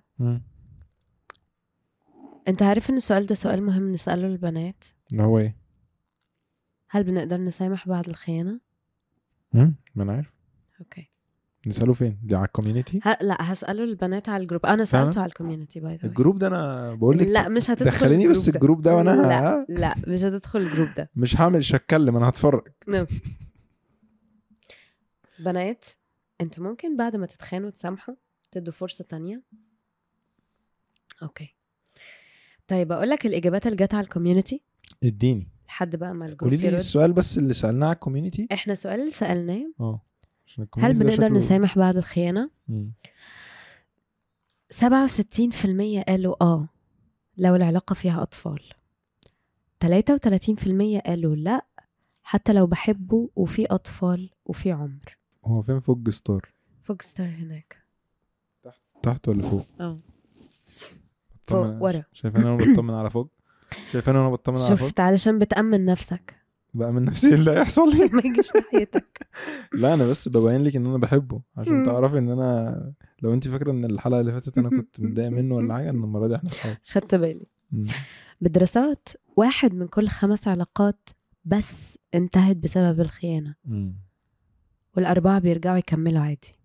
انت عارف ان السؤال ده سؤال مهم نسأله للبنات. هو ايه؟ هل بنقدر نسامح بعد الخيانة؟ ما انا عارف. اوكي. نساله فين دي؟ على الكوميونتي؟ لا هسأله البنات على الجروب. انا سألته على الكوميونتي باي ذا. الجروب ده انا بقول لك لا مش هتدخل دخليني بس الجروب ده وانا لا مش هتدخل الجروب ده. مش هتكلم، انا هتفرج. بنات انتوا ممكن بعد ما تتخانوا تسامحوا، تدوا فرصة تانية. اوكي طيب اقول لك الاجابات اللي جت على الكوميونتي. اديني لحد بقى ما الجروب قولي لي يرد. السؤال بس اللي سألناه على الكوميونتي. احنا سؤال اللي سألناه هل بنقدر نسامح بعد الخيانة؟ 67% قالوا لو العلاقة فيها أطفال. 33% قالوا لا حتى لو بحبه وفي أطفال وفي عمر. هو فين فوق ستار؟ فوق ستار هناك تحت ولا فوق؟ فوق ورا. شايفين انا بطمن على فوق؟ شايفين انا بطمن على فوق؟ شفت علشان بتأمن نفسك بقى من نفسي اللي هيحصل لي ما يجيش ناحيتك. لا انا بس ببين لك ان انا بحبه عشان تعرفي ان انا، لو انت فاكره ان الحلقه اللي فاتت انا كنت متضايق منه ولا حاجه، ان المره دي احنا صحاب. خدت بالي. بدراسات 1 من كل 5 علاقات بس انتهت بسبب الخيانة، وال4 بيرجعوا يكملوا عادي.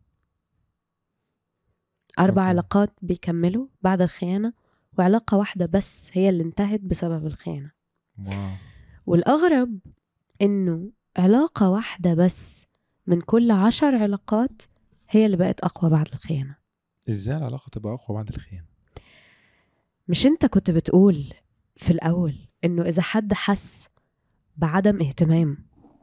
4 علاقات بيكملوا بعد الخيانة، وعلاقة واحدة بس هي اللي انتهت بسبب الخيانة. واو. والأغرب إنه علاقة واحدة بس من كل 10 علاقات هي اللي بقت أقوى بعد الخيانة. إزاي العلاقة تبقى أقوى بعد الخيانة؟ مش أنت كنت بتقول في الأول إنه إذا حد حس بعدم اهتمام،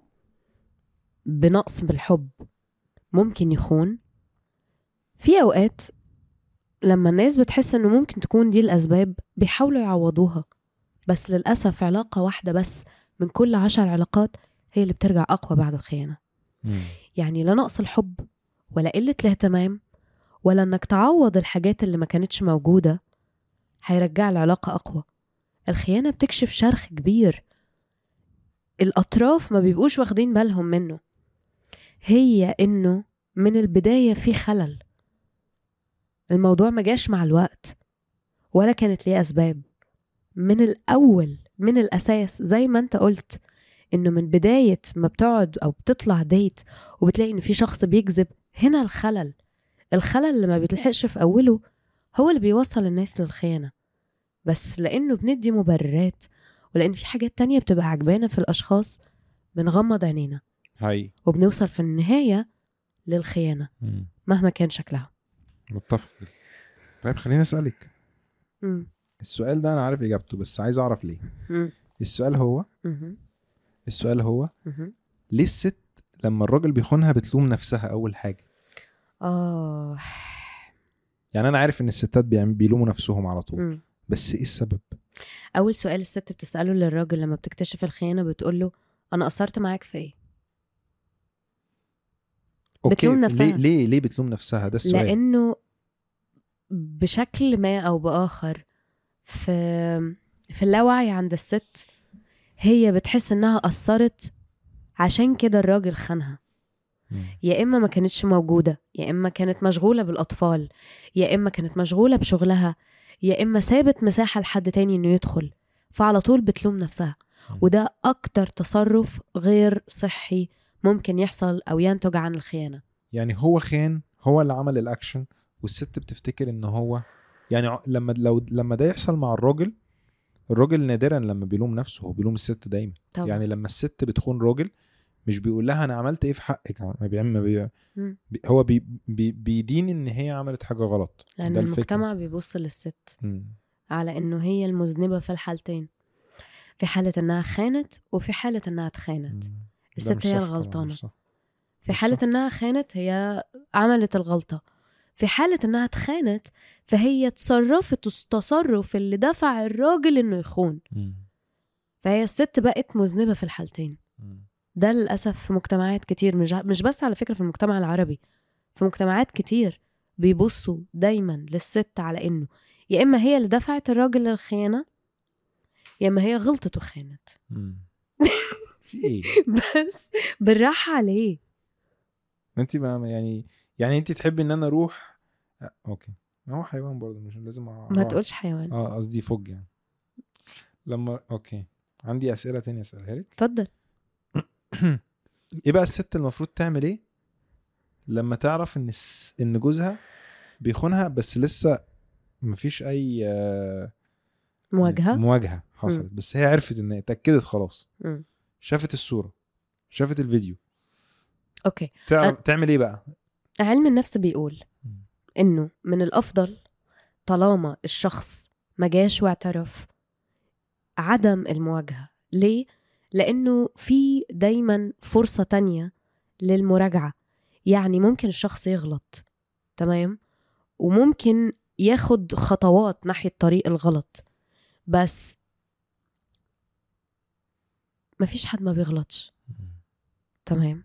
بنقص بالحب، ممكن يخون؟ في أوقات لما الناس بتحس إنه ممكن تكون دي الأسباب بيحاولوا يعوضوها، بس للأسف علاقة واحدة بس من كل 10 علاقات هي اللي بترجع أقوى بعد الخيانة. يعني لا نقص الحب ولا قلة الاهتمام ولا إنك تعوض الحاجات اللي ما كانتش موجودة هيرجع العلاقة أقوى. الخيانة بتكشف شرخ كبير الأطراف ما بيبقوش واخدين بالهم منه، هي إنه من البداية في خلل. الموضوع ما جاش مع الوقت ولا كانت ليه أسباب من الأول، من الأساس. زي ما أنت قلت إنه من بداية ما بتقعد أو بتطلع ديت وبتلاقي إنه في شخص بيكذب، هنا الخلل اللي ما بيتلحقش في أوله هو اللي بيوصل الناس للخيانة. بس لأنه بندي مبررات ولأن في حاجات تانية بتبقى عجبانة في الأشخاص بنغمض عينينا وبنوصل في النهاية للخيانة مهما كان شكلها. متفق. طيب خليني أسألك السؤال ده، أنا عارف إجابته بس عايز أعرف ليه. السؤال هو ليه الست لما الراجل بيخونها بتلوم نفسها أول حاجة؟ يعني أنا عارف إن الستات بيلوموا نفسهم على طول، بس إيه السبب؟ أول سؤال الست بتسأله للراجل لما بتكتشف الخيانة بتقوله أنا قصرت معاك في إيه؟ بتلوم نفسها. ليه بتلوم نفسها؟ ده السؤال. لأنه بشكل ما أو بآخر في اللاوعي عند الست هي بتحس إنها قصرت، عشان كده الراجل خانها. يا إما ما كانتش موجودة، يا إما كانت مشغولة بالأطفال، يا إما كانت مشغولة بشغلها، يا إما سابت مساحة لحد تاني إنه يدخل، فعلى طول بتلوم نفسها. وده أكتر تصرف غير صحي ممكن يحصل أو ينتج عن الخيانة. يعني هو خان، هو اللي عمل الأكشن، والست بتفتكر إنه هو يعني لما ده يحصل مع الراجل نادرا لما بيلوم نفسه، هو بيلوم الست دايما طبعا. يعني لما الست بتخون راجل مش بيقول لها أنا عملت إيه في حقك، هو بيدين إن هي عملت حاجة غلط، لأن المجتمع بيبص للست على إنه هي المذنبة في الحالتين، في حالة إنها خانت وفي حالة إنها اتخانت. الست هي الغلطانة. في حالة إنها خانت هي عملت الغلطة، في حالة إنها اتخانت فهي تصرفت التصرف اللي دفع الراجل إنه يخون. فهي الست بقت مذنبة في الحالتين. ده للأسف في مجتمعات كتير، مش بس على فكرة في المجتمع العربي، في مجتمعات كتير بيبصوا دايما للست على إنه يا إما هي اللي دفعت الراجل للخيانة، يا إما هي غلطت وخانت. في إيه؟ بس بالراحة عليه. أنت ما يعني أنت تحبي إن أنا أروح أوكي، هو حيوان برضه مش لازم ما تقولش حيوان. قصدي فوق يعني. لما أوكي عندي أسئلة تانية أسألها لك. اتفضل. إيه بقى الست المفروض تعمل إيه لما تعرف ان جوزها بيخونها بس لسه مفيش اي مواجهة حصلت، بس هي عرفت ان اتأكدت خلاص، شافت الصورة، شافت الفيديو، اوكي تعمل ايه بقى؟ علم النفس بيقول انه من الافضل طالما الشخص ما جاش واعترف عدم المواجهة. ليه؟ لانه في دايما فرصة تانية للمراجعة. يعني ممكن الشخص يغلط، تمام، وممكن ياخد خطوات ناحية طريق الغلط، بس مفيش حد ما بيغلطش، تمام،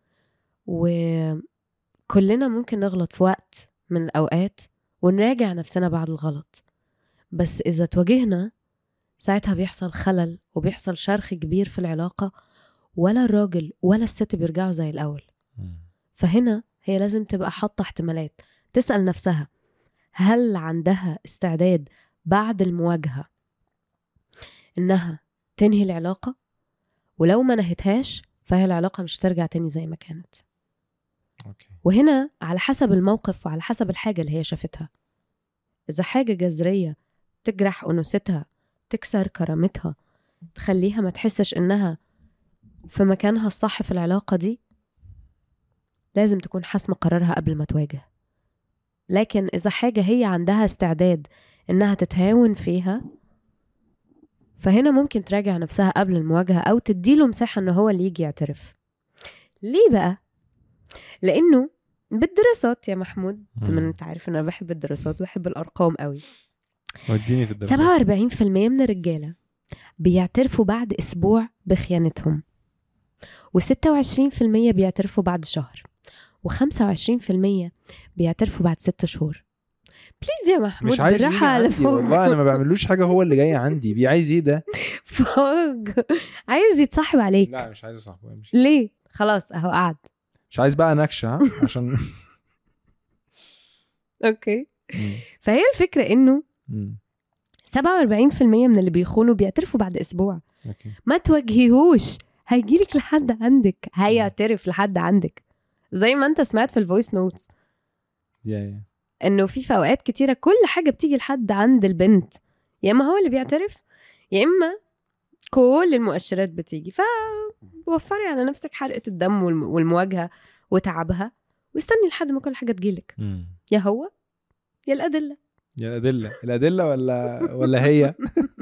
وكلنا ممكن نغلط في وقت من الأوقات ونراجع نفسنا بعد الغلط، بس إذا تواجهنا ساعتها بيحصل خلل وبيحصل شرخ كبير في العلاقة، ولا الراجل ولا الست بيرجعوا زي الأول. فهنا هي لازم تبقى حاطة احتمالات، تسأل نفسها هل عندها استعداد بعد المواجهة إنها تنهي العلاقة، ولو ما نهتهاش فهي العلاقة مش ترجع تاني زي ما كانت. وهنا على حسب الموقف وعلى حسب الحاجة اللي هي شافتها. إذا حاجة جذرية تجرح أنوثتها، تكسر كرامتها، تخليها ما تحسش إنها في مكانها الصح في العلاقة دي، لازم تكون حاسمة قرارها قبل ما تواجه. لكن إذا حاجة هي عندها استعداد إنها تتهاون فيها، فهنا ممكن تراجع نفسها قبل المواجهة أو تديله مساحة إنه هو اللي يجي يعترف. ليه بقى؟ لأنه بالدراسات يا محمود، من أنت عارف إن أنا بحب الدراسات وبحب الأرقام قوي، وديني في الدراسات. 47% من الرجالة بيعترفوا بعد أسبوع بخيانتهم، و26% بيعترفوا بعد شهر، و25% بيعترفوا بعد 6 شهور. بليز يا محمود مش عايز بالراحة على فوق. والله أنا ما بعملوش حاجة، هو اللي جاي عندي بيعايز إيه ده؟ فوق عايز يتصاحب عليك. لا مش عايز أصاحبه. ليه؟ خلاص أهو قعد. مش عايز بقى نكشة عشان أوكي. فهي الفكرة إنه 47% من اللي بيخونوا بيعترفوا بعد أسبوع. ما تواجهيهوش، هيجيلك لحد عندك، هيعترف لحد عندك، زي ما أنت سمعت في الفويس نوتس إنه في أوقات كتيرة كل حاجة بتيجي لحد عند البنت، يا إما هو اللي بيعترف يا إما كل المؤشرات بتيجي. فوفري على نفسك حرقة الدم والمواجهة وتعبها، واستني لحد ما كل حاجة تجيلك، يا هو يا الأدلة ولا هي.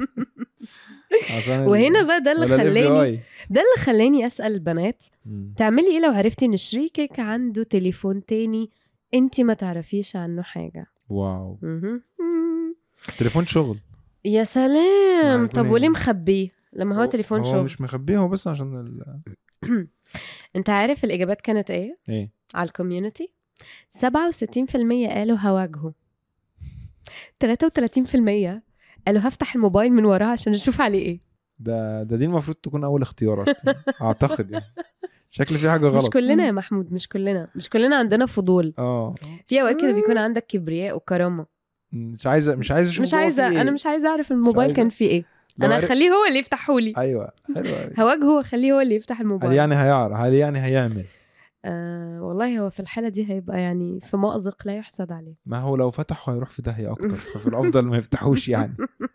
وهنا بقى ده اللي خلاني أسأل البنات تعملي إيه لو عرفتي إن شريكك عنده تليفون تاني انتي ما تعرفيش عنه حاجة. واو. تليفون شغل. يا سلام. طب وليه مخبيه لما هو تليفون شغل؟ هو مش مخبيه، هو بس عشان انت عارف الإجابات كانت ايه على الكوميونتي؟ 67% قالوا هواجهه، 33% قالوا هفتح الموبايل من وراه عشان اشوف عليه ايه. دي المفروض تكون اول اختيار اصلا. اعتقد يعني شكل في حاجه غلط. مش كلنا يا محمود، مش كلنا عندنا فضول. في اوقات كده بيكون عندك كبرياء وكرامه. مش عايزه إيه؟ انا مش عايزه اعرف الموبايل كان فيه ايه. انا اخليه هو اللي يفتحه لي. ايوه حلو. هواجهه واخليه هو اللي يفتح الموبايل. هل يعني هيعرف؟ هل يعني هيعمل؟ والله هو في الحالة دي هيبقى يعني في مأزق لا يحسد عليه. ما هو لو فتحه هيروح في داهية أكتر، ففي الأفضل ما يفتحوش يعني.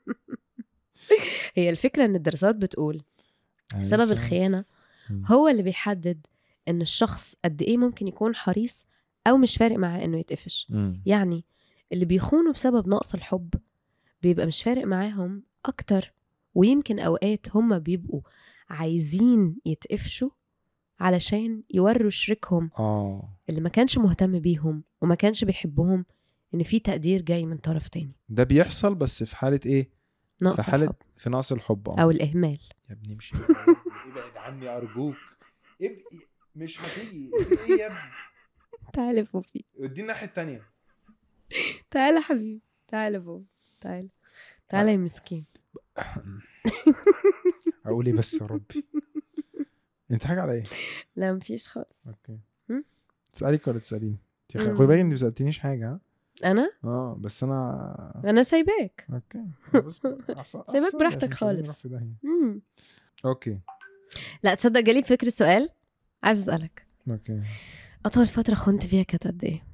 هي الفكرة إن الدراسات بتقول سبب الخيانة هو اللي بيحدد إن الشخص قد إيه ممكن يكون حريص أو مش فارق معاه إنه يتقفش. يعني اللي بيخونوا بسبب نقص الحب بيبقى مش فارق معاهم أكتر، ويمكن أوقات هم بيبقوا عايزين يتقفشوا علشان يوروا شريكهم اللي ما كانش مهتم بيهم وما كانش بيحبهم ان في تقدير جاي من طرف تاني. ده بيحصل بس في حالة ايه؟ نقص في حالة الحب. في نقص الحب او الاهمال. يا ابني مش ابعد عني ارجوك، مش هتيجي ايه يا ابني. تعالى فوفي، ودي الناحية التانية. تعالى حبيبي، تعالى فوفي، تعالى يا مسكين. اقول ايه بس يا ربي. انت حاجة على ايه؟ لا مفيش خالص. اوكي. تسأليك ولا تسأليني؟ خلي بالك انت مسألتنيش حاجة. ها انا بس انا سايباك. اوكي. سايبك براحتك خالص. اوكي. لا تصدق جالي فكرة سؤال عايز اسألك. اوكي. اطول فتره خنت فيها كانت قد ايه؟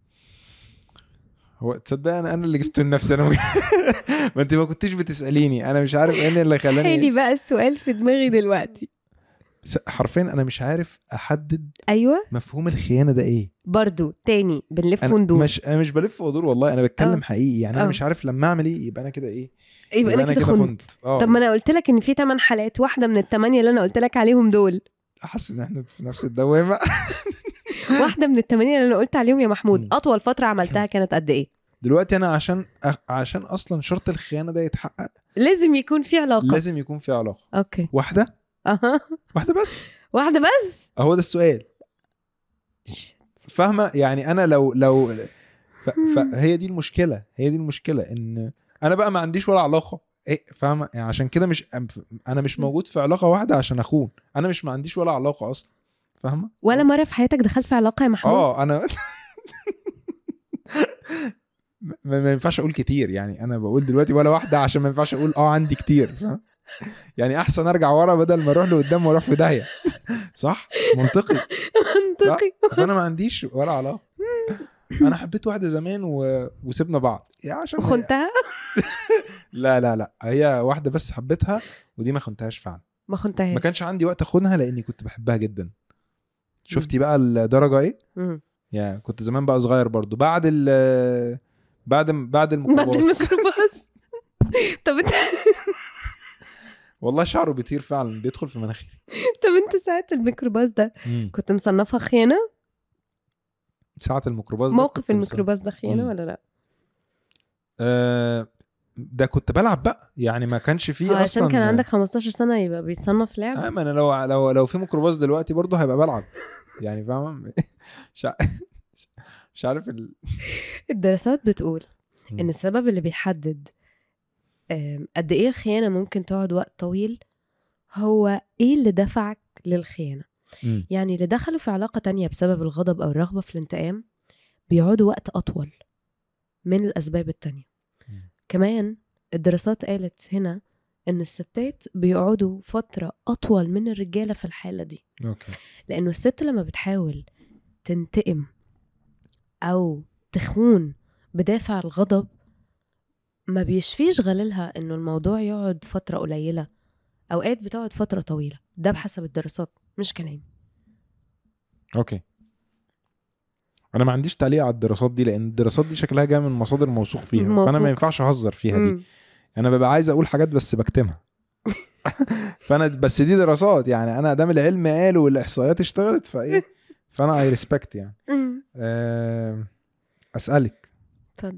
هو تصدق انا اللي جبته لنفسي انا ما انت ما كنتيش بتساليني، انا مش عارف ايه اللي حالي خلاني بقى السؤال في دماغي دلوقتي. حرفيا انا مش عارف احدد ايوه مفهوم الخيانه ده ايه. برضو تاني بنلف انا وندور. انا مش بلف وادور والله، انا بتكلم حقيقي يعني. انا آه. مش عارف لما اعمل ايه يبقى انا كده ايه، يبقى انا كده خنت. طب ما انا قلت لك ان في 8 حالات، واحده من ال8 اللي انا قلت لك عليهم دول. حاسس ان احنا في نفس الدوامه. واحده من ال8 اللي انا قلت عليهم يا محمود. اطول فتره عملتها كانت قد ايه؟ دلوقتي انا عشان اصلا شرط الخيانه ده يتحقق لازم يكون في علاقه. لازم يكون في علاقه. اوكي واحده اها واحده بس. واحده بس. اهو ده السؤال، فاهمه يعني. انا لو فهي دي المشكله، هي دي المشكله ان انا بقى ما عنديش ولا علاقه ايه، فاهمه يعني. عشان كده انا مش موجود في علاقه واحده عشان اخون. انا مش ما عنديش ولا علاقه اصلا، فاهمه. ولا مره في حياتك دخلت في علاقه يا محمود؟ انا ما ينفعش اقول كتير يعني. انا بقول دلوقتي ولا واحده عشان ما ينفعش اقول عندي كتير، فاهم يعني. احسن ارجع ورا بدل ما اروح لقدام واروح في داهيه. صح، منطقي منطقي. فانا ما عنديش ولا علاقه. انا حبيت واحده زمان وسبنا بعض يا عشان خنتها؟ لا هي واحده بس حبيتها، ودي ما خنتهاش فعلا. ما خنتهاش. ما كانش عندي وقت اخونها لاني كنت بحبها جدا. شفتي بقى الدرجه ايه؟ يعني كنت زمان بقى صغير برضو. بعد الميكروباص. طب انت والله شعره بيطير فعلا، بيدخل في مناخيري. طب انت ساعة الميكروباص ده كنت مصنفها خيانة؟ ساعة الميكروباص موقف الميكروباص ده خيانة ولا لا؟ ده كنت بلعب بقى يعني، ما كانش فيه اصلا. عشان كان عندك 15 سنة يبقى بيتصنف لعب. ما انا لو في ميكروباص دلوقتي برضو هيبقى بلعب يعني، فاهم. مش عارف الدراسات بتقول ان السبب اللي بيحدد قد ايه الخيانة ممكن تقعد وقت طويل هو ايه اللي دفعك للخيانة. يعني اللي دخلوا في علاقة تانية بسبب الغضب او الرغبة في الانتقام بيقعدوا وقت اطول من الاسباب التانية. كمان الدراسات قالت هنا ان الستات بيقعدوا فترة اطول من الرجالة في الحالة دي. لانه الست لما بتحاول تنتقم او تخون بدافع الغضب ما بيشفيش غليلها انه الموضوع يقعد فترة قليلة، اوقات بتقعد فترة طويلة. ده بحسب الدراسات مش كلام. اوكي، انا ما عنديش تعليق على الدراسات دي لان الدراسات دي شكلها جايه من مصادر موثوق فيها فانا ما ينفعش اهزر فيها دي. انا ببقى عايز اقول حاجات بس بكتمها. فانا بس دي دراسات يعني، انا ادام العلم قال والاحصائيات اشتغلت فايه، فانا اي ريسبكت يعني. اسالك اتفضل.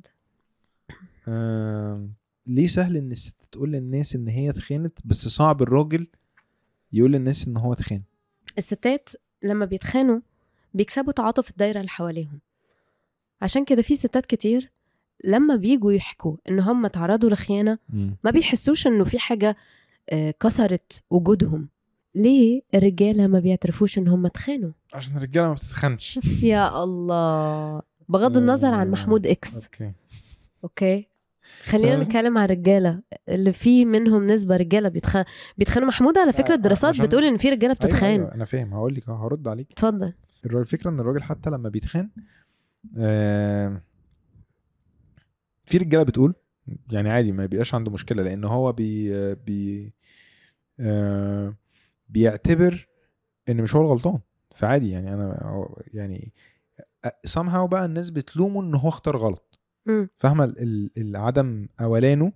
ليه سهل ان الست تقول للناس ان هي اتخانت بس صعب الراجل يقول للناس ان هو اتخان؟ الستات لما بيتخانوا بيكسبوا تعاطف الدايره اللي حواليهم، عشان كده في ستات كتير لما بيجوا يحكوا ان هم تعرضوا لخيانه ما بيحسوش انه في حاجه كسرت وجودهم. ليه الرجاله ما بيعترفوش ان هم اتخانوا؟ عشان الرجاله ما بتتخنش. يا الله، بغض النظر عن محمود اكس. اوكي خلينا نتكلم عن الرجاله اللي في منهم نسبه رجاله بيتخانوا. محمود على فكره الدراسات بتقول ان في رجاله بتتخان. أيوة انا فاهم، هقول لك هرد عليك. اتفضل. الفكره ان الراجل حتى لما بيتخان في رجاله بتقول يعني عادي ما بيبقاش عنده مشكله، لان هو بيعتبر ان مش هو الغلطان، فعادي يعني. انا يعني somehow بقى الناس بتلومه ان هو اختار غلط. فاهمه العدم اولانه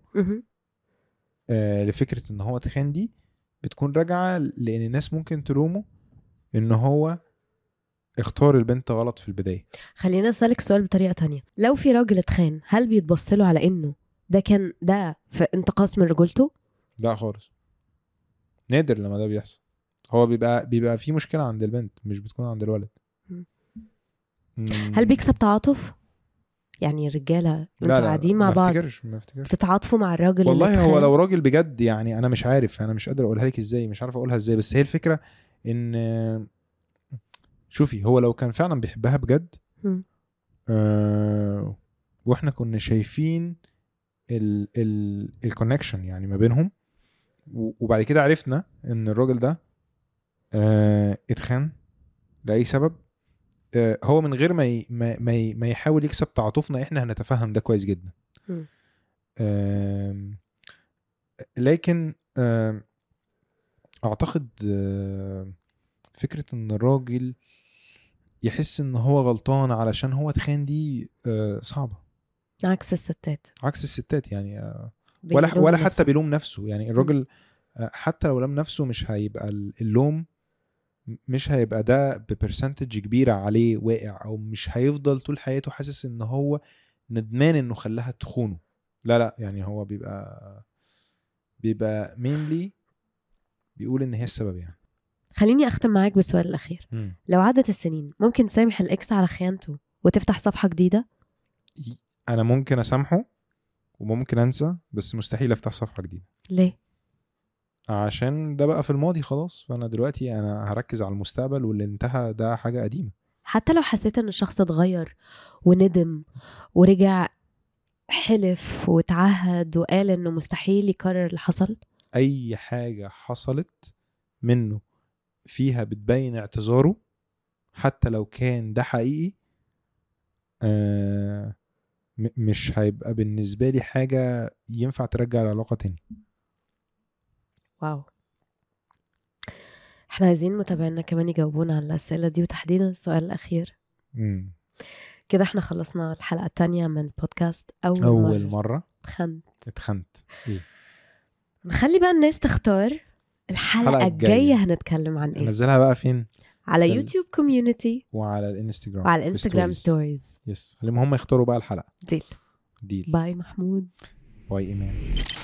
لفكره ان هو تخان دي بتكون راجعه لان الناس ممكن تلومه ان هو اختار البنت غلط في البدايه. خلينا اسالك سؤال بطريقه تانية. لو في راجل اتخان هل بيتبص له على انه ده في انتقاص من رجولته؟ لا خالص، نادر لما ده بيحصل. هو بيبقى في مشكله عند البنت مش بتكون عند الولد. هل بيكسب تعاطف؟ يعني الرجاله انتوا قاعدين مع بعض ما افتكرش بتتعاطفوا مع الراجل والله اللي هو لو راجل بجد يعني انا مش عارف، انا مش قادر اقولها لك ازاي، مش عارف اقولها ازاي. بس هي الفكره ان شوفي هو لو كان فعلا بيحبها بجد واحنا كنا شايفين الكونكشن يعني ما بينهم، وبعد كده عرفنا ان الراجل ده اتخان لأي سبب، هو من غير ما يحاول يكسب تعاطفنا احنا هنتفهم ده كويس جدا. لكن اعتقد فكرة ان الراجل يحس ان هو غلطان علشان هو تخان دي صعبة. عكس الستات يعني ولا حتى بيلوم نفسه. يعني الراجل حتى لو لوم نفسه مش هيبقى اللوم مش هيبقى ده ببرسنتج كبيرة عليه واقع، او مش هيفضل طول حياته حاسس ان هو ندمان انه خلاها تخونه. لا يعني هو بيبقى mainly بيقول ان هي السبب. يعني خليني اختم معاك بالسؤال الاخير. لو عدت السنين ممكن تسامح الاكس على خيانته وتفتح صفحة جديدة؟ انا ممكن اسامحه وممكن انسى، بس مستحيل افتح صفحة جديدة. ليه؟ عشان ده بقى في الماضي خلاص، فانا دلوقتي انا هركز على المستقبل، واللي انتهى ده حاجة قديمة. حتى لو حسيت ان الشخص اتغير وندم ورجع حلف وتعهد وقال انه مستحيل يكرر اللي حصل، اي حاجة حصلت منه فيها بتبين اعتذاره حتى لو كان ده حقيقي، مش هيبقى بالنسبة لي حاجة ينفع ترجع العلاقة تاني. واو. احنا عايزين متابعينا كمان يجاوبونا على الأسئلة دي، وتحديدا السؤال الأخير. كده احنا خلصنا الحلقة الثانية من بودكاست أول مرة اتخنت. إيه؟ نخلي بقى الناس تختار الحلقة الجاية هنتكلم عن ايه. ننزلها بقى فين؟ على يوتيوب كوميونيتي وعلى الانستجرام ستوريز. يس، خليهم هم يختاروا بقى الحلقة. ديل. باي محمود. باي إيمان.